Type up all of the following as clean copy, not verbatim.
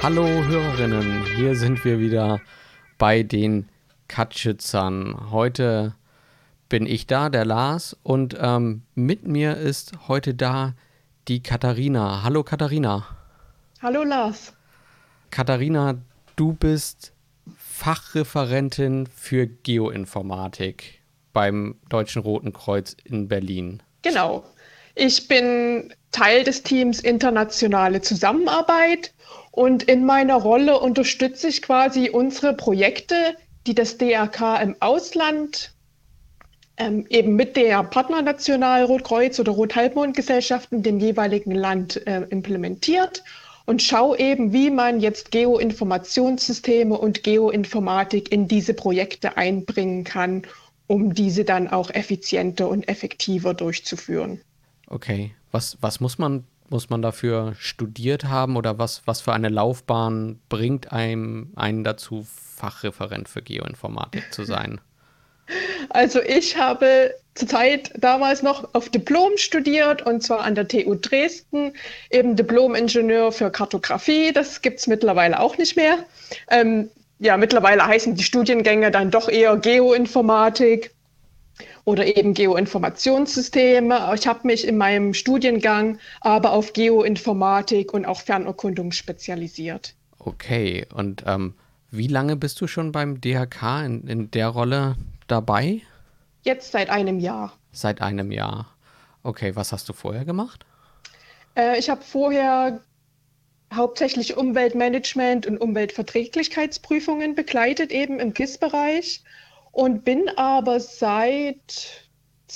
Hallo Hörerinnen, hier sind wir wieder bei den Katschützern. Heute bin ich da, der Lars, und mit mir ist heute da die Katharina. Hallo Katharina. Hallo Lars. Katharina, du bist Fachreferentin für Geoinformatik beim Deutschen Roten Kreuz in Berlin. Genau. Ich bin Teil des Teams Internationale Zusammenarbeit und in meiner Rolle unterstütze ich quasi unsere Projekte, die das DRK im Ausland eben mit der Partnernational Rotkreuz oder Rothalbmondgesellschaft in dem jeweiligen Land implementiert und schaue eben, wie man jetzt Geoinformationssysteme und Geoinformatik in diese Projekte einbringen kann, um diese dann auch effizienter und effektiver durchzuführen. Okay, was muss man dafür studiert haben oder was für eine Laufbahn bringt einen dazu, Fachreferent für Geoinformatik zu sein? Also ich habe zurzeit damals noch auf Diplom studiert und zwar an der TU Dresden, eben Diplom-Ingenieur für Kartografie. Das gibt es mittlerweile auch nicht mehr. Ja, mittlerweile heißen die Studiengänge dann doch eher Geoinformatik oder eben Geoinformationssysteme. Ich habe mich in meinem Studiengang aber auf Geoinformatik und auch Fernerkundung spezialisiert. Okay, und wie lange bist du schon beim DHK in der Rolle dabei? Jetzt seit einem Jahr. Seit einem Jahr. Okay, was hast du vorher gemacht? Ich habe vorher hauptsächlich Umweltmanagement und Umweltverträglichkeitsprüfungen begleitet, eben im KISS-Bereich und bin aber seit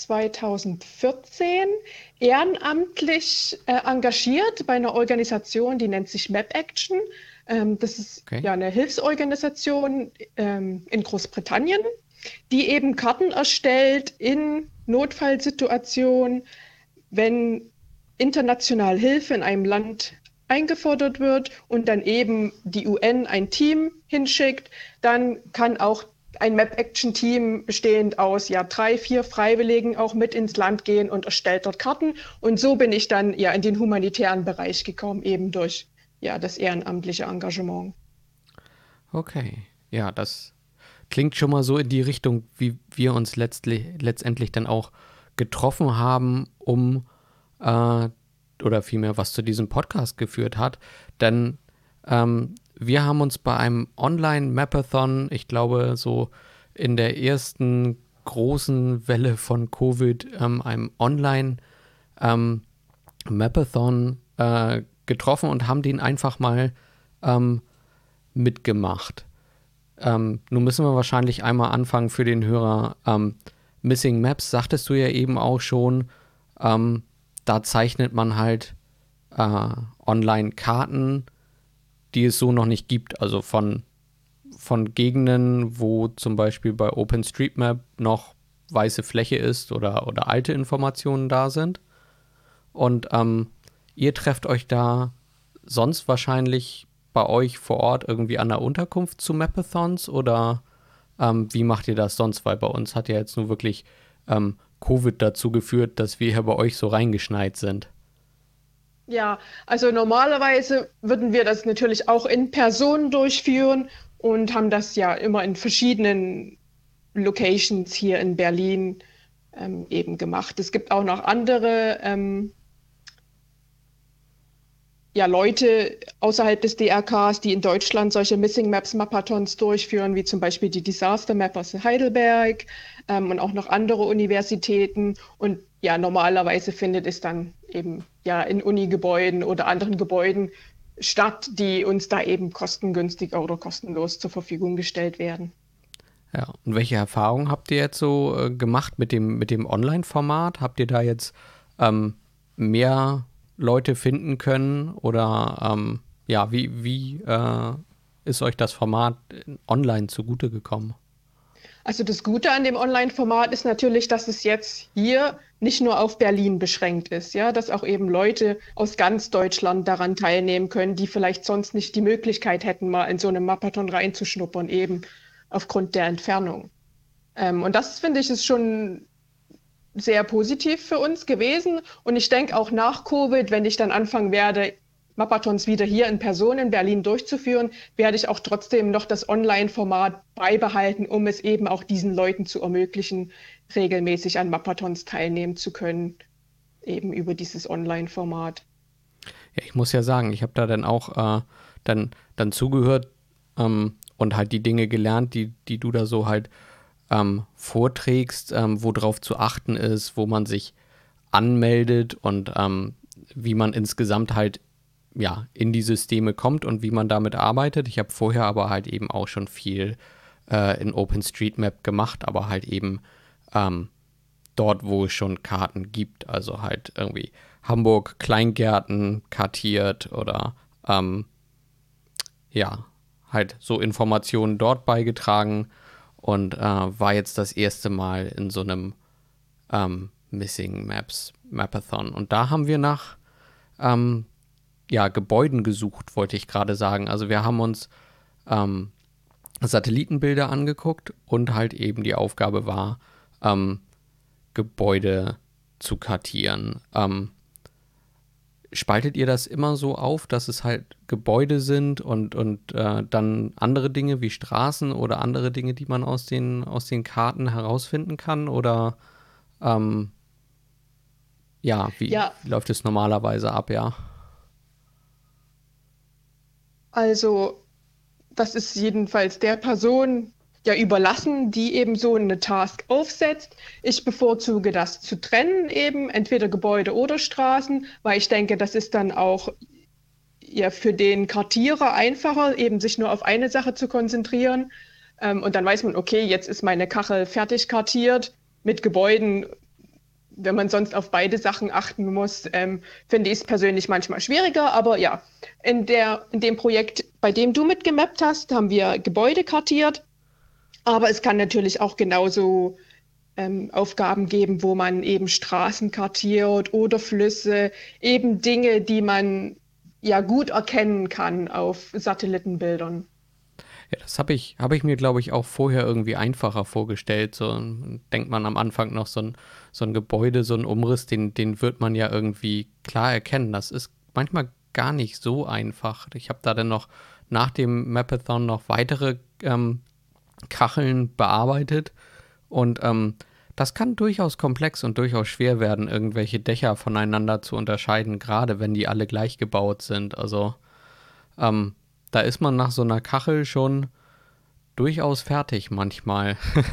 2014 ehrenamtlich engagiert bei einer Organisation, die nennt sich Map Action. Das ist Okay. ja eine Hilfsorganisation in Großbritannien, die eben Karten erstellt in Notfallsituationen, wenn international Hilfe in einem Land eingefordert wird und dann eben die UN ein Team hinschickt, dann kann auch ein Map-Action-Team bestehend aus ja 3, 4 Freiwilligen auch mit ins Land gehen und erstellt dort Karten. Und so bin ich dann ja in den humanitären Bereich gekommen, eben durch ja das ehrenamtliche Engagement. Okay. Ja, das klingt schon mal so in die Richtung, wie wir uns letztendlich dann auch getroffen haben, um oder vielmehr was zu diesem Podcast geführt hat. Denn wir haben uns bei einem Online-Mapathon, ich glaube so in der ersten großen Welle von Covid, einem Online-Mapathon getroffen und haben den einfach mal ähm, mitgemacht. Nun müssen wir wahrscheinlich einmal anfangen für den Hörer. Missing Maps, sagtest du ja eben auch schon, da zeichnet man halt Online-Karten, die es so noch nicht gibt. Also von Gegenden, wo zum Beispiel bei OpenStreetMap noch weiße Fläche ist oder alte Informationen da sind. Und ihr trefft euch da sonst wahrscheinlich bei euch vor Ort irgendwie an der Unterkunft zu Mapathons oder wie macht ihr das sonst? Weil bei uns hat ja jetzt nur wirklich Covid dazu geführt, dass wir hier bei euch so reingeschneit sind. Ja, also normalerweise würden wir das natürlich auch in Person durchführen und haben das ja immer in verschiedenen Locations hier in Berlin eben gemacht. Es gibt auch noch andere ja, Leute außerhalb des DRKs, die in Deutschland solche Missing Maps Mapathons durchführen, wie zum Beispiel die Disaster Map aus Heidelberg und auch noch andere Universitäten. Und ja, normalerweise findet es dann eben ja in Unigebäuden oder anderen Gebäuden statt, die uns da eben kostengünstiger oder kostenlos zur Verfügung gestellt werden. Ja, und welche Erfahrungen habt ihr jetzt so gemacht mit dem Online-Format? Habt ihr da jetzt mehr Leute finden können oder ja, wie ist euch das Format online zugute gekommen? Also das Gute an dem Online-Format ist natürlich, dass es jetzt hier nicht nur auf Berlin beschränkt ist, ja, dass auch eben Leute aus ganz Deutschland daran teilnehmen können, die vielleicht sonst nicht die Möglichkeit hätten, mal in so einem Marathon reinzuschnuppern, eben aufgrund der Entfernung. Und das finde ich ist schon sehr positiv für uns gewesen. Und ich denke auch nach Covid, wenn ich dann anfangen werde, Mappathons wieder hier in Person in Berlin durchzuführen, werde ich auch trotzdem noch das Online-Format beibehalten, um es eben auch diesen Leuten zu ermöglichen, regelmäßig an Mappathons teilnehmen zu können, eben über dieses Online-Format. Ja, ich muss ja sagen, ich habe da dann auch dann zugehört und halt die Dinge gelernt, die du da so halt vorträgst, wo drauf zu achten ist, wo man sich anmeldet und wie man insgesamt halt ja in die Systeme kommt und wie man damit arbeitet. Ich habe vorher aber halt eben auch schon viel in OpenStreetMap gemacht, aber halt eben dort, wo es schon Karten gibt. Also halt irgendwie Hamburg Kleingärten kartiert oder ja, halt so Informationen dort beigetragen und war jetzt das erste Mal in so einem Missing Maps Mapathon. Und da haben wir nach ja, Gebäuden gesucht, wollte ich gerade sagen. Also wir haben uns Satellitenbilder angeguckt und halt eben die Aufgabe war, Gebäude zu kartieren. Spaltet ihr das immer so auf, dass es halt Gebäude sind und dann andere Dinge wie Straßen oder andere Dinge, die man aus den Karten herausfinden kann? Oder ja, Ja, wie läuft es normalerweise ab, ja? also das ist jedenfalls der Person ja überlassen, die eben so eine Task aufsetzt. Ich bevorzuge das zu trennen, eben entweder Gebäude oder Straßen, weil ich denke, das ist dann auch ja für den Kartierer einfacher, eben sich nur auf eine Sache zu konzentrieren. Und dann weiß man, okay, jetzt ist meine Kachel fertig kartiert mit Gebäuden. Wenn man sonst auf beide Sachen achten muss, finde ich es persönlich manchmal schwieriger. Aber ja, in dem Projekt, bei dem du mitgemappt hast, haben wir Gebäude kartiert. Aber es kann natürlich auch genauso Aufgaben geben, wo man eben Straßen kartiert oder Flüsse, eben Dinge, die man ja gut erkennen kann auf Satellitenbildern. Ja, das hab ich mir, glaube ich, auch vorher irgendwie einfacher vorgestellt. So denkt man am Anfang noch so ein Gebäude, so ein Umriss, den wird man ja irgendwie klar erkennen. Das ist manchmal gar nicht so einfach. Ich habe da dann noch nach dem Mapathon noch weitere Kacheln bearbeitet und das kann durchaus komplex und durchaus schwer werden, irgendwelche Dächer voneinander zu unterscheiden, gerade wenn die alle gleich gebaut sind. Also ähm, da ist man nach so einer Kachel schon durchaus fertig manchmal.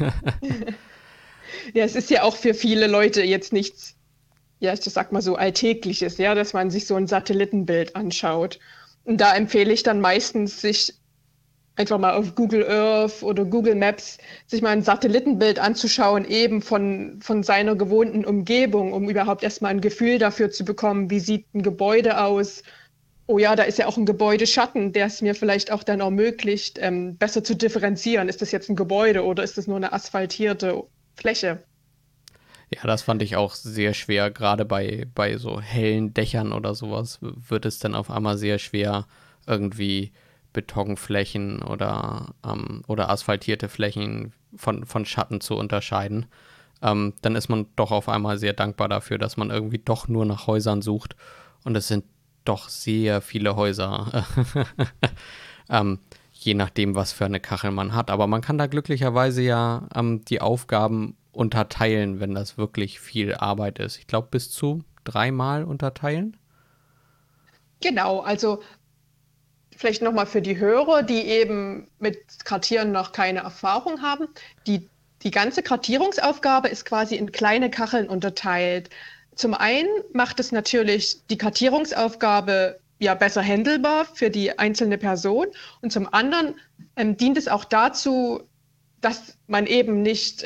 Ja, es ist ja auch für viele Leute jetzt nichts, ja, ich sag mal so Alltägliches, ja, dass man sich so ein Satellitenbild anschaut. Und da empfehle ich dann meistens, sich einfach mal auf Google Earth oder Google Maps sich mal ein Satellitenbild anzuschauen, eben von seiner gewohnten Umgebung, um überhaupt erstmal ein Gefühl dafür zu bekommen, wie sieht ein Gebäude aus. Oh ja, da ist ja auch ein Gebäudeschatten, der es mir vielleicht auch dann ermöglicht, besser zu differenzieren. Ist das jetzt ein Gebäude oder ist das nur eine asphaltierte Fläche? Ja, das fand ich auch sehr schwer. Gerade bei so hellen Dächern oder sowas wird es dann auf einmal sehr schwer, irgendwie Betonflächen oder asphaltierte Flächen von Schatten zu unterscheiden. Dann ist man doch auf einmal sehr dankbar dafür, dass man irgendwie doch nur nach Häusern sucht. Und es sind doch sehr viele Häuser, je nachdem, was für eine Kachel man hat. Aber man kann da glücklicherweise ja die Aufgaben unterteilen, wenn das wirklich viel Arbeit ist. Ich glaube, bis zu 3-mal unterteilen. Genau, also vielleicht nochmal für die Hörer, die eben mit Kartieren noch keine Erfahrung haben. Die ganze Kartierungsaufgabe ist quasi in kleine Kacheln unterteilt. Zum einen macht es natürlich die Kartierungsaufgabe ja besser handelbar für die einzelne Person und zum anderen dient es auch dazu, dass man eben nicht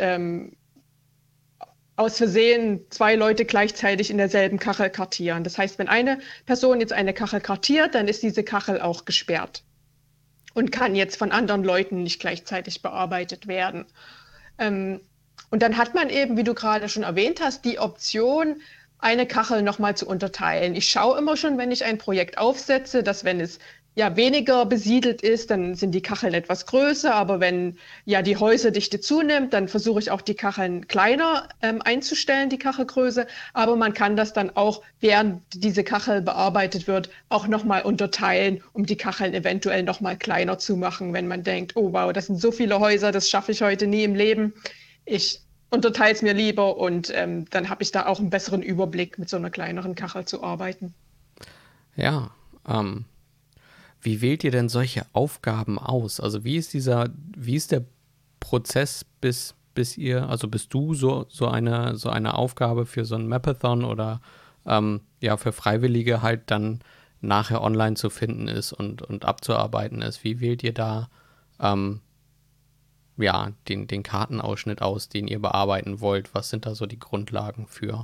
aus Versehen zwei Leute gleichzeitig in derselben Kachel kartieren. Das heißt, wenn eine Person jetzt eine Kachel kartiert, dann ist diese Kachel auch gesperrt und kann jetzt von anderen Leuten nicht gleichzeitig bearbeitet werden. Ähm, und dann hat man eben, wie du gerade schon erwähnt hast, die Option, eine Kachel nochmal zu unterteilen. Ich schaue immer schon, wenn ich ein Projekt aufsetze, dass wenn es ja, weniger besiedelt ist, dann sind die Kacheln etwas größer, aber wenn ja die Häuserdichte zunimmt, dann versuche ich auch die Kacheln kleiner einzustellen, die Kachelgröße. Aber man kann das dann auch, während diese Kachel bearbeitet wird, auch nochmal unterteilen, um die Kacheln eventuell nochmal kleiner zu machen, wenn man denkt, oh wow, das sind so viele Häuser, das schaffe ich heute nie im Leben. Ich unterteile es mir lieber und dann habe ich da auch einen besseren Überblick, mit so einer kleineren Kachel zu arbeiten. Ja, wie wählt ihr denn solche Aufgaben aus? Also wie ist der Prozess, bis du so eine Aufgabe für so ein Mapathon oder ja, für Freiwillige halt dann nachher online zu finden ist und abzuarbeiten ist? Wie wählt ihr da ähm, ja, den Kartenausschnitt aus, den ihr bearbeiten wollt? Was sind da so die Grundlagen für?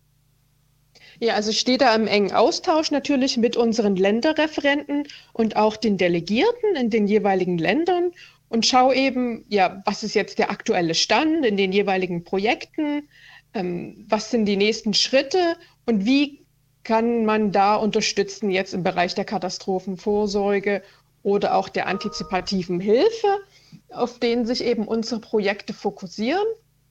Ja, also ich stehe da im engen Austausch natürlich mit unseren Länderreferenten und auch den Delegierten in den jeweiligen Ländern und schaue eben, ja, was ist jetzt der aktuelle Stand in den jeweiligen Projekten, was sind die nächsten Schritte und wie kann man da unterstützen jetzt im Bereich der Katastrophenvorsorge oder auch der antizipativen Hilfe, auf denen sich eben unsere Projekte fokussieren.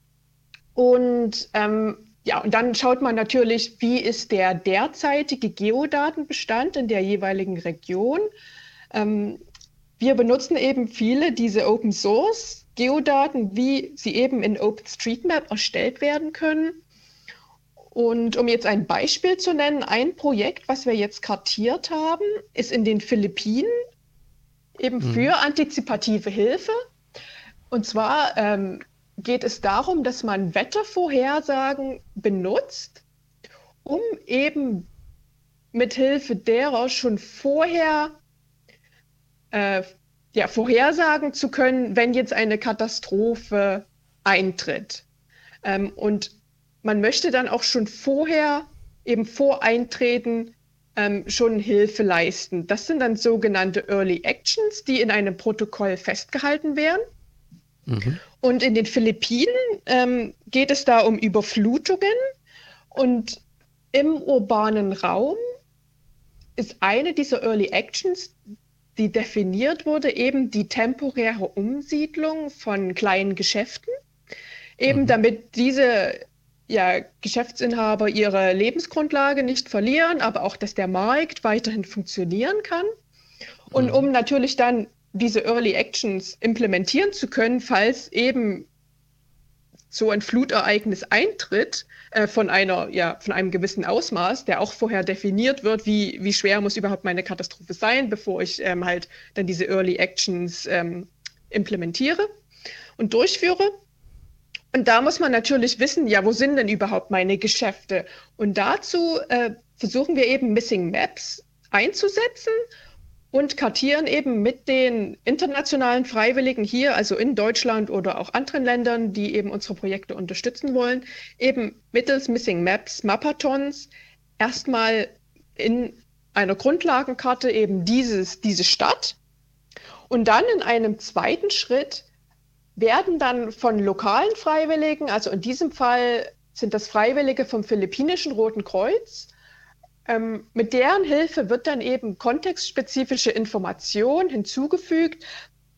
Und ja, und dann schaut man natürlich, wie ist der derzeitige Geodatenbestand in der jeweiligen Region. Ähm, wir benutzen eben viele diese Open Source Geodaten, wie sie eben in OpenStreetMap erstellt werden können. Und um jetzt ein Beispiel zu nennen, ein Projekt, was wir jetzt kartiert haben, ist in den Philippinen eben Mhm. für antizipative Hilfe. Und zwar geht es darum, dass man Wettervorhersagen benutzt, um eben mithilfe derer schon vorher äh, ja, vorhersagen zu können, wenn jetzt eine Katastrophe eintritt. Und man möchte dann auch schon vorher, eben vor Eintreten, schon Hilfe leisten. Das sind dann sogenannte Early Actions, die in einem Protokoll festgehalten werden. Mhm. Und in den Philippinen geht es da um Überflutungen und im urbanen Raum ist eine dieser Early Actions, die definiert wurde, eben die temporäre Umsiedlung von kleinen Geschäften, eben Mhm. damit diese ja, Geschäftsinhaber ihre Lebensgrundlage nicht verlieren, aber auch, dass der Markt weiterhin funktionieren kann. Und Mhm. um natürlich dann diese Early Actions implementieren zu können, falls eben so ein Flutereignis eintritt, von einem gewissen Ausmaß, der auch vorher definiert wird, wie schwer muss überhaupt meine Katastrophe sein, bevor ich halt dann diese Early Actions implementiere und durchführe. Und da muss man natürlich wissen, ja, wo sind denn überhaupt meine Geschäfte? Und dazu versuchen wir eben Missing Maps einzusetzen und kartieren eben mit den internationalen Freiwilligen hier, also in Deutschland oder auch anderen Ländern, die eben unsere Projekte unterstützen wollen, eben mittels Missing Maps, Mapathons erstmal in einer Grundlagenkarte eben diese Stadt und dann in einem zweiten Schritt werden dann von lokalen Freiwilligen, also in diesem Fall sind das Freiwillige vom Philippinischen Roten Kreuz, mit deren Hilfe wird dann eben kontextspezifische Information hinzugefügt.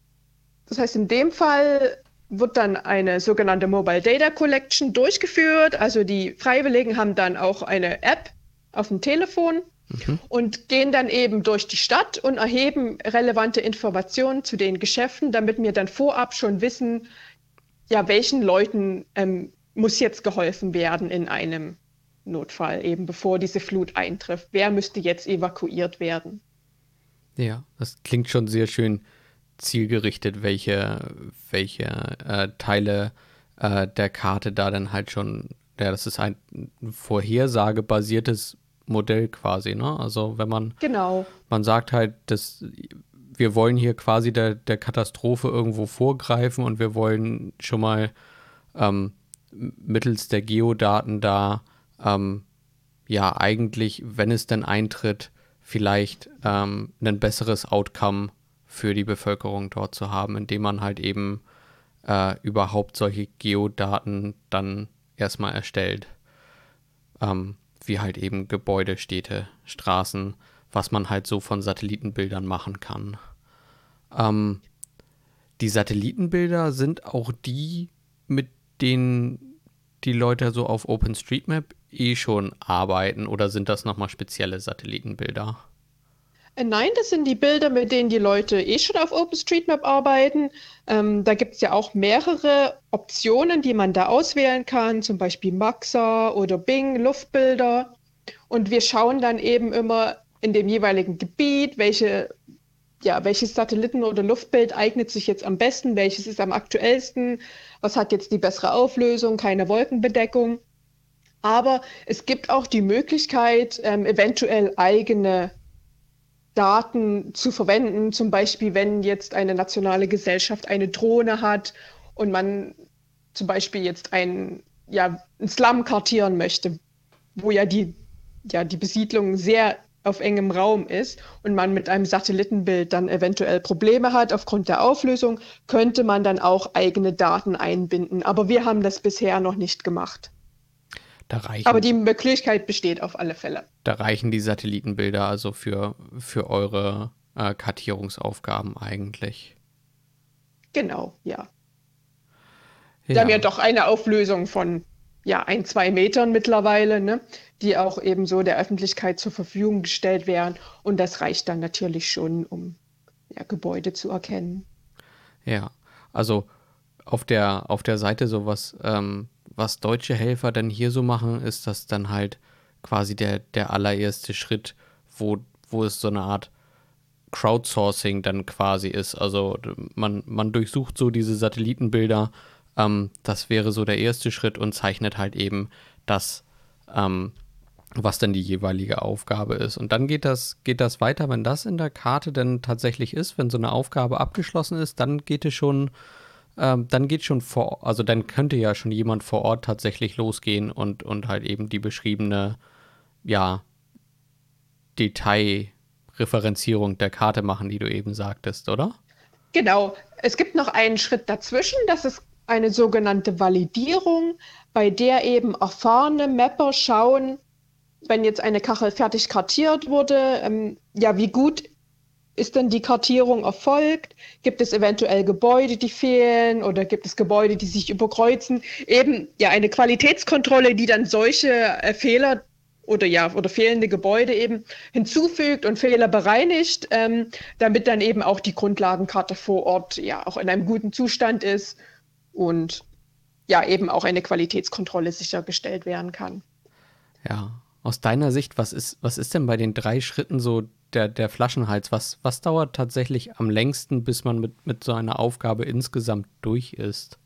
Das heißt, in dem Fall wird dann eine sogenannte Mobile Data Collection durchgeführt. Also die Freiwilligen haben dann auch eine App auf dem Telefon Mhm. und gehen dann eben durch die Stadt und erheben relevante Informationen zu den Geschäften, damit wir dann vorab schon wissen, ja, welchen Leuten muss jetzt geholfen werden in einem Notfall, eben bevor diese Flut eintrifft. Wer müsste jetzt evakuiert werden? Ja, das klingt schon sehr schön zielgerichtet, welche Teile der Karte da dann halt schon, ja, das ist ein vorhersagebasiertes Modell quasi, ne? Also wenn Genau. man sagt halt, dass wir wollen hier quasi der Katastrophe irgendwo vorgreifen und wir wollen schon mal mittels der Geodaten da ja eigentlich, wenn es denn eintritt, vielleicht ein besseres Outcome für die Bevölkerung dort zu haben, indem man halt eben überhaupt solche Geodaten dann erstmal erstellt, wie halt eben Gebäude, Städte, Straßen, was man halt so von Satellitenbildern machen kann. Ähm, Die Satellitenbilder sind auch die, mit denen die Leute so auf OpenStreetMap schon arbeiten, oder sind das nochmal spezielle Satellitenbilder? Nein, das sind die Bilder, mit denen die Leute schon auf OpenStreetMap arbeiten. Da gibt es ja auch mehrere Optionen, die man da auswählen kann, zum Beispiel Maxa oder Bing, Luftbilder. Und wir schauen dann eben immer in dem jeweiligen Gebiet, welches Satelliten- oder Luftbild eignet sich jetzt am besten, welches ist am aktuellsten, was hat jetzt die bessere Auflösung, keine Wolkenbedeckung. Aber es gibt auch die Möglichkeit, eventuell eigene Daten zu verwenden, zum Beispiel wenn jetzt eine nationale Gesellschaft eine Drohne hat und man zum Beispiel jetzt einen Slum kartieren möchte, wo die Besiedlung sehr auf engem Raum ist und man mit einem Satellitenbild dann eventuell Probleme hat aufgrund der Auflösung, könnte man dann auch eigene Daten einbinden. Aber wir haben das bisher noch nicht gemacht. Da Aber reichen, die Möglichkeit besteht auf alle Fälle. da reichen die Satellitenbilder also für eure Kartierungsaufgaben eigentlich. Genau, ja. Wir haben ja Ja, doch eine Auflösung von 2 Metern mittlerweile, ne, die auch eben so der Öffentlichkeit zur Verfügung gestellt werden. Und das reicht dann natürlich schon, um Gebäude zu erkennen. ja. Also auf der Seite sowas, was deutsche Helfer denn hier so machen, ist das dann halt quasi der allererste Schritt, wo es so eine Art Crowdsourcing dann quasi ist. Also man durchsucht so diese Satellitenbilder. Das wäre so der erste Schritt und zeichnet halt eben das, ähm, was dann die jeweilige Aufgabe ist. Und dann geht das weiter, wenn das in der Karte dann tatsächlich ist, wenn so eine Aufgabe abgeschlossen ist, also dann könnte ja schon jemand vor Ort tatsächlich losgehen und halt eben die beschriebene, ja, Detailreferenzierung der Karte machen, die du eben sagtest, oder? Genau. Es gibt noch einen Schritt dazwischen, das ist eine sogenannte Validierung, bei der eben erfahrene Mapper schauen, wenn jetzt eine Kachel fertig kartiert wurde, wie gut ist denn die Kartierung erfolgt? Gibt es eventuell Gebäude, die fehlen oder gibt es Gebäude, die sich überkreuzen? Eben eine Qualitätskontrolle, die dann solche Fehler oder fehlende Gebäude eben hinzufügt und Fehler bereinigt, damit dann eben auch die Grundlagenkarte vor Ort auch in einem guten Zustand ist und eben auch eine Qualitätskontrolle sichergestellt werden kann. Ja. Aus deiner Sicht, was ist denn bei den 3 Schritten so der Flaschenhals? Was dauert tatsächlich am längsten, bis man mit so einer Aufgabe insgesamt durch ist?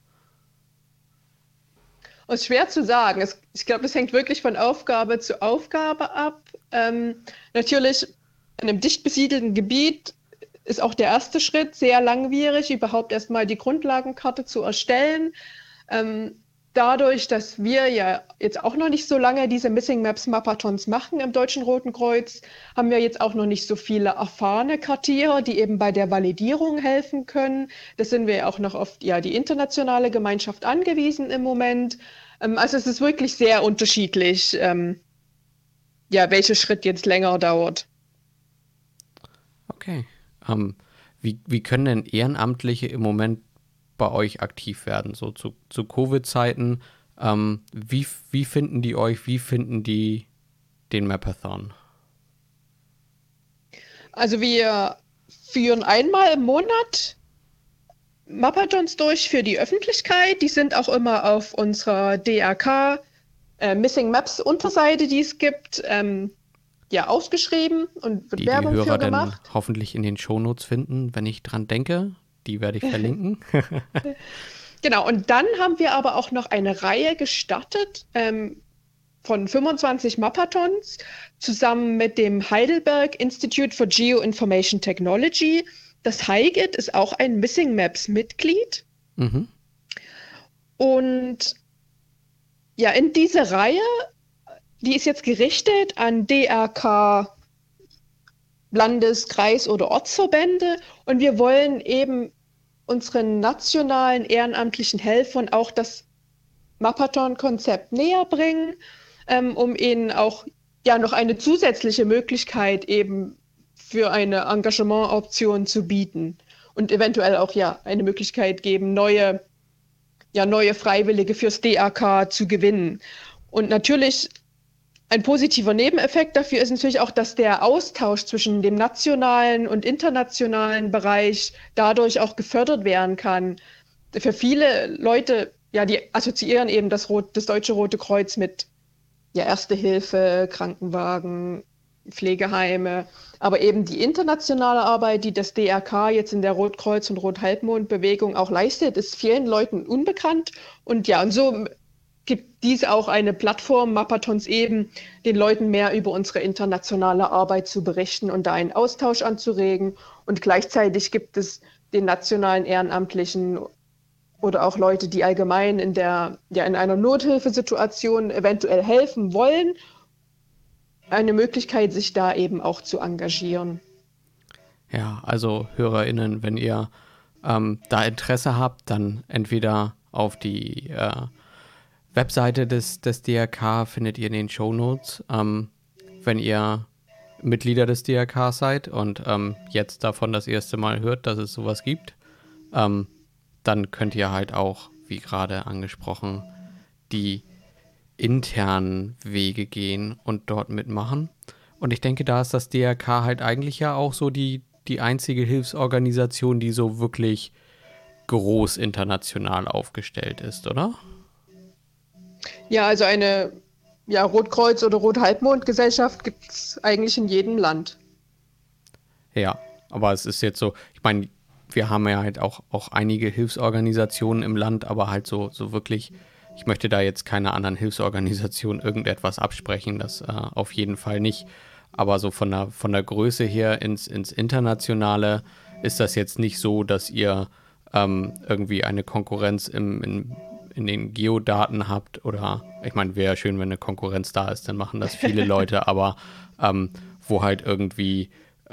Ist schwer zu sagen. Ich glaube, das hängt wirklich von Aufgabe zu Aufgabe ab. Natürlich, in einem dicht besiedelten Gebiet ist auch der erste Schritt sehr langwierig, überhaupt erstmal die Grundlagenkarte zu erstellen. Ähm, Dadurch, dass wir ja jetzt auch noch nicht so lange diese Missing Maps Mapathons machen im Deutschen Roten Kreuz, haben wir jetzt auch noch nicht so viele erfahrene Kartierer, die eben bei der Validierung helfen können. Das sind wir ja auch noch auf die internationale Gemeinschaft angewiesen im Moment. Also es ist wirklich sehr unterschiedlich, welcher Schritt jetzt länger dauert. Okay. Wie können denn Ehrenamtliche im Moment bei euch aktiv werden? So zu Covid-Zeiten. Wie finden die euch? Wie finden die den Mapathon? Also wir führen einmal im Monat Mapathons durch für die Öffentlichkeit. Die sind auch immer auf unserer DRK Missing Maps Unterseite, die es gibt, ausgeschrieben und wird Die Werbung Hörer für dann gemacht. hoffentlich in den Shownotes finden, wenn ich dran denke. Die werde ich verlinken. Genau, und dann haben wir aber auch noch eine Reihe gestartet von 25 Mapathons zusammen mit dem Heidelberg Institute for Geoinformation Technology. Das HIGIT ist auch ein Missing Maps Mitglied. Mhm. Und in diese Reihe, die ist jetzt gerichtet an DRK, Landes-, Kreis- oder Ortsverbände. Und wir wollen eben unseren nationalen ehrenamtlichen Helfern auch das Mapathon-Konzept näher bringen, um ihnen auch noch eine zusätzliche Möglichkeit eben für eine Engagementoption zu bieten und eventuell auch ja eine Möglichkeit geben, neue Freiwillige fürs DRK zu gewinnen. Und natürlich ein positiver Nebeneffekt dafür ist natürlich auch, dass der Austausch zwischen dem nationalen und internationalen Bereich dadurch auch gefördert werden kann. Für viele Leute, ja, die assoziieren eben das Deutsche Rote Kreuz mit Erste Hilfe, Krankenwagen, Pflegeheime, aber eben die internationale Arbeit, die das DRK jetzt in der Rotkreuz- und Rothalbmond-Bewegung auch leistet, ist vielen Leuten unbekannt. Und so gibt dies auch eine Plattform, Mapatons eben, den Leuten mehr über unsere internationale Arbeit zu berichten und da einen Austausch anzuregen. Und gleichzeitig gibt es den nationalen Ehrenamtlichen oder auch Leute, die allgemein in einer Nothilfesituation eventuell helfen wollen, eine Möglichkeit, sich da eben auch zu engagieren. Ja, also HörerInnen, wenn ihr da Interesse habt, dann entweder auf die Webseite des DRK findet ihr in den Shownotes. Wenn ihr Mitglieder des DRK seid und jetzt davon das erste Mal hört, dass es sowas gibt, dann könnt ihr halt auch, wie gerade angesprochen, die internen Wege gehen und dort mitmachen. Und ich denke, da ist das DRK halt eigentlich ja auch so die einzige Hilfsorganisation, die so wirklich groß international aufgestellt ist, oder? Ja, also eine Rotkreuz- oder Rothalbmond-Gesellschaft gibt es eigentlich in jedem Land. Ja, aber es ist jetzt so, ich meine, wir haben ja halt auch einige Hilfsorganisationen im Land, aber halt so wirklich, ich möchte da jetzt keiner anderen Hilfsorganisation irgendetwas absprechen, das auf jeden Fall nicht. Aber so von der Größe her ins Internationale ist das jetzt nicht so, dass ihr irgendwie eine Konkurrenz in den Geodaten habt oder, ich meine, wäre schön, wenn eine Konkurrenz da ist, dann machen das viele Leute, aber wo halt irgendwie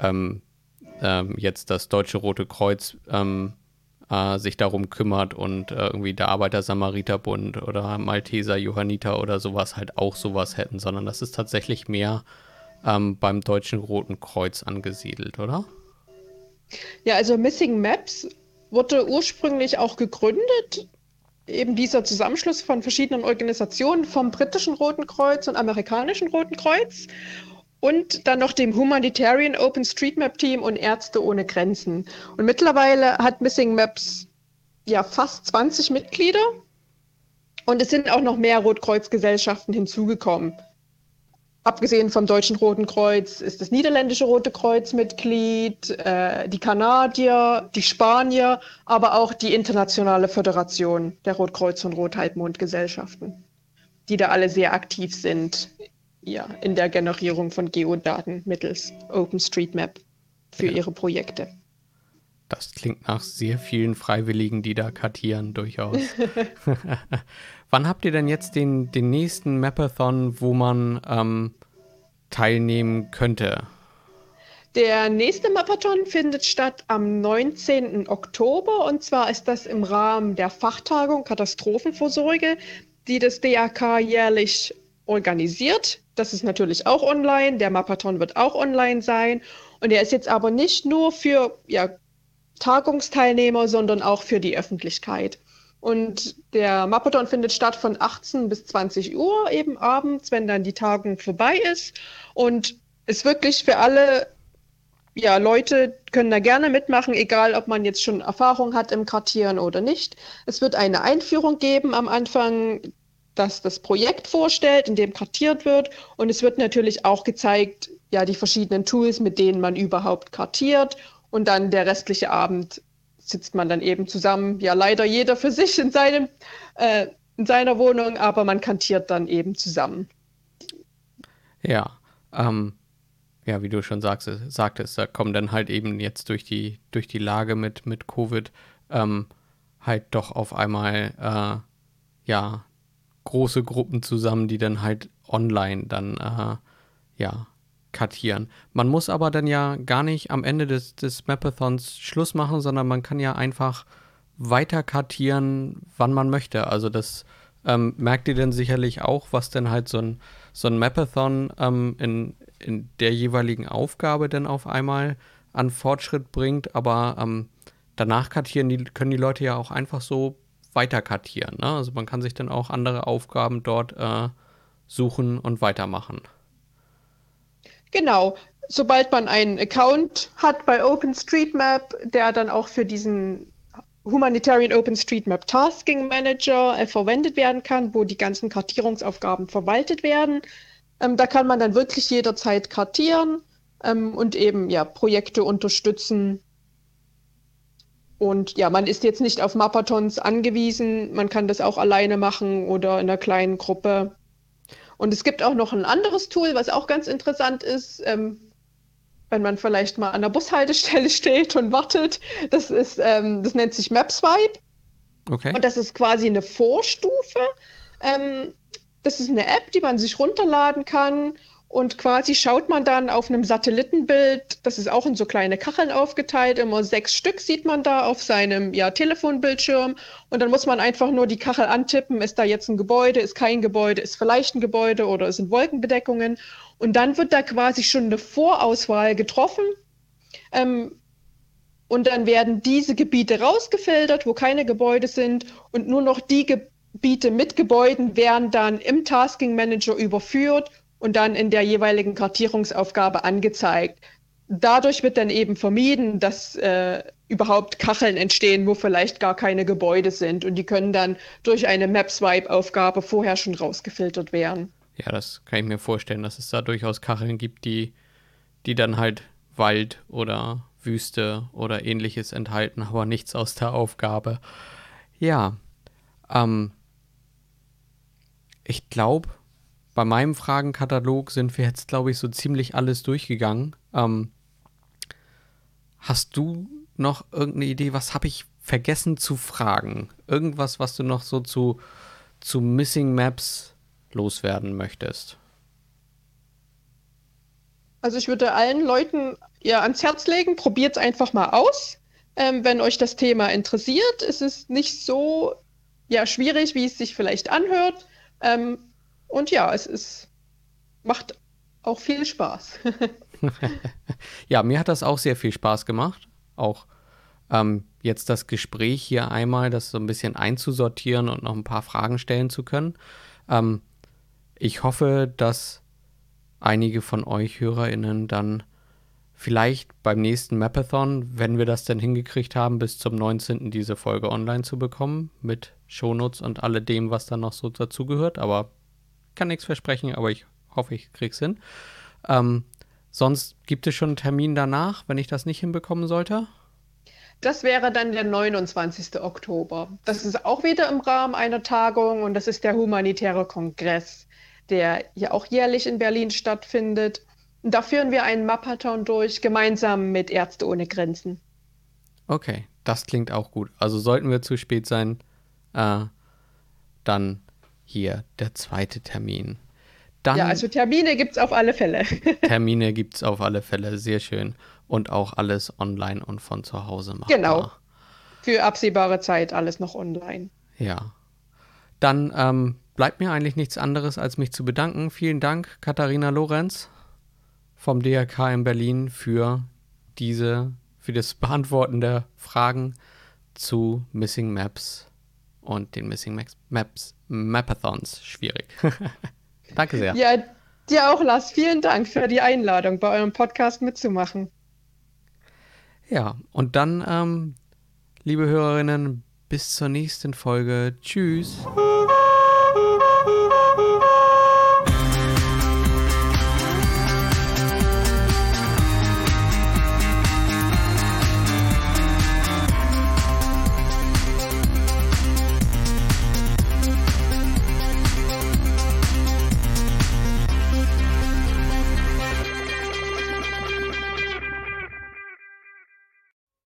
jetzt das Deutsche Rote Kreuz sich darum kümmert und irgendwie der Arbeiter-Samariter-Bund oder Malteser Johanniter oder sowas halt auch sowas hätten, sondern das ist tatsächlich mehr beim Deutschen Roten Kreuz angesiedelt, oder? Ja, also Missing Maps wurde ursprünglich auch gegründet, eben dieser Zusammenschluss von verschiedenen Organisationen vom britischen Roten Kreuz und amerikanischen Roten Kreuz und dann noch dem Humanitarian OpenStreetMap Team und Ärzte ohne Grenzen. Und mittlerweile hat Missing Maps ja fast 20 Mitglieder und es sind auch noch mehr Rotkreuzgesellschaften hinzugekommen. Abgesehen vom Deutschen Roten Kreuz ist das niederländische Rote Kreuz Mitglied, die Kanadier, die Spanier, aber auch die Internationale Föderation der Rotkreuz- und Rothalbmond-Gesellschaften, die da alle sehr aktiv sind, in der Generierung von Geodaten mittels OpenStreetMap für Ja. ihre Projekte. Das klingt nach sehr vielen Freiwilligen, die da kartieren, durchaus. Wann habt ihr denn jetzt den nächsten Mapathon, wo man teilnehmen könnte? Der nächste Mappathon findet statt am 19. Oktober und zwar ist das im Rahmen der Fachtagung Katastrophenvorsorge, die das DRK jährlich organisiert. Das ist natürlich auch online. Der Mappathon wird auch online sein. Und er ist jetzt aber nicht nur für Tagungsteilnehmer, sondern auch für die Öffentlichkeit. Und der Mappathon findet statt von 18 bis 20 Uhr eben abends, wenn dann die Tagung vorbei ist. Und ist wirklich für alle, Leute können da gerne mitmachen, egal ob man jetzt schon Erfahrung hat im Kartieren oder nicht. Es wird eine Einführung geben am Anfang, das das Projekt vorstellt, in dem kartiert wird. Und es wird natürlich auch gezeigt, die verschiedenen Tools, mit denen man überhaupt kartiert. Und dann der restliche Abend sitzt man dann eben zusammen, leider jeder für sich in seiner Wohnung, aber man kartiert dann eben zusammen. Ja, wie du schon sagtest, da kommen dann halt eben jetzt durch die Lage mit Covid halt doch auf einmal große Gruppen zusammen, die dann halt online dann kartieren. Man muss aber dann ja gar nicht am Ende des Mapathons Schluss machen, sondern man kann ja einfach weiter kartieren, wann man möchte. Also das merkt ihr dann sicherlich auch, was denn halt so ein Mapathon in der jeweiligen Aufgabe dann auf einmal an Fortschritt bringt, aber danach können die Leute ja auch einfach so weiter kartieren. Ne? Also man kann sich dann auch andere Aufgaben dort suchen und weitermachen. Genau. Sobald man einen Account hat bei OpenStreetMap, der dann auch für diesen Humanitarian OpenStreetMap Tasking Manager verwendet werden kann, wo die ganzen Kartierungsaufgaben verwaltet werden, da kann man dann wirklich jederzeit kartieren und eben ja Projekte unterstützen. Und ja, man ist jetzt nicht auf Mapathons angewiesen, man kann das auch alleine machen oder in einer kleinen Gruppe. Und es gibt auch noch ein anderes Tool, was auch ganz interessant ist, wenn man vielleicht mal an der Bushaltestelle steht und wartet. Das nennt sich MapSwipe. Okay. Und das ist quasi eine Vorstufe. Das ist eine App, die man sich runterladen kann. Und quasi schaut man dann auf einem Satellitenbild, das ist auch in so kleine Kacheln aufgeteilt, immer 6 Stück sieht man da auf seinem Telefonbildschirm. Und dann muss man einfach nur die Kachel antippen, ist da jetzt ein Gebäude, ist kein Gebäude, ist vielleicht ein Gebäude oder es sind Wolkenbedeckungen. Und dann wird da quasi schon eine Vorauswahl getroffen. Und dann werden diese Gebiete rausgefiltert, wo keine Gebäude sind. Und nur noch die Gebiete mit Gebäuden werden dann im Tasking Manager überführt und dann in der jeweiligen Kartierungsaufgabe angezeigt. Dadurch wird dann eben vermieden, dass überhaupt Kacheln entstehen, wo vielleicht gar keine Gebäude sind. Und die können dann durch eine Map-Swipe-Aufgabe vorher schon rausgefiltert werden. Ja, das kann ich mir vorstellen, dass es da durchaus Kacheln gibt, die dann halt Wald oder Wüste oder ähnliches enthalten, aber nichts aus der Aufgabe. Ja, ich glaube, bei meinem Fragenkatalog sind wir jetzt, glaube ich, so ziemlich alles durchgegangen. Hast du noch irgendeine Idee? Was habe ich vergessen zu fragen? Irgendwas, was du noch so zu Missing Maps loswerden möchtest? Also ich würde allen Leuten ans Herz legen, probiert es einfach mal aus. Wenn euch das Thema interessiert, ist es nicht so schwierig, wie es sich vielleicht anhört. Und ja, macht auch viel Spaß. Ja, mir hat das auch sehr viel Spaß gemacht. Auch jetzt das Gespräch hier einmal, das so ein bisschen einzusortieren und noch ein paar Fragen stellen zu können. Ich hoffe, dass einige von euch HörerInnen dann vielleicht beim nächsten Mapathon, wenn wir das denn hingekriegt haben, bis zum 19. diese Folge online zu bekommen, mit Shownotes und alledem, was dann noch so dazugehört. Aber ich kann nichts versprechen, aber ich hoffe, ich krieg's hin. Sonst gibt es schon einen Termin danach, wenn ich das nicht hinbekommen sollte? Das wäre dann der 29. Oktober. Das ist auch wieder im Rahmen einer Tagung und das ist der Humanitäre Kongress, der ja auch jährlich in Berlin stattfindet. Und da führen wir einen Mapathon durch, gemeinsam mit Ärzte ohne Grenzen. Okay, das klingt auch gut. Also sollten wir zu spät sein, dann hier der zweite Termin. Dann also Termine gibt es auf alle Fälle. Termine gibt es auf alle Fälle, sehr schön. Und auch alles online und von zu Hause machbar. Genau, für absehbare Zeit alles noch online. Ja, dann bleibt mir eigentlich nichts anderes, als mich zu bedanken. Vielen Dank, Katharina Lorenz vom DRK in Berlin für das Beantworten der Fragen zu Missing Maps und den Missing Maps Mapathons. Schwierig. Danke sehr. Ja, dir auch, Lars. Vielen Dank für die Einladung, bei eurem Podcast mitzumachen. Ja, und dann, liebe Hörerinnen, bis zur nächsten Folge. Tschüss.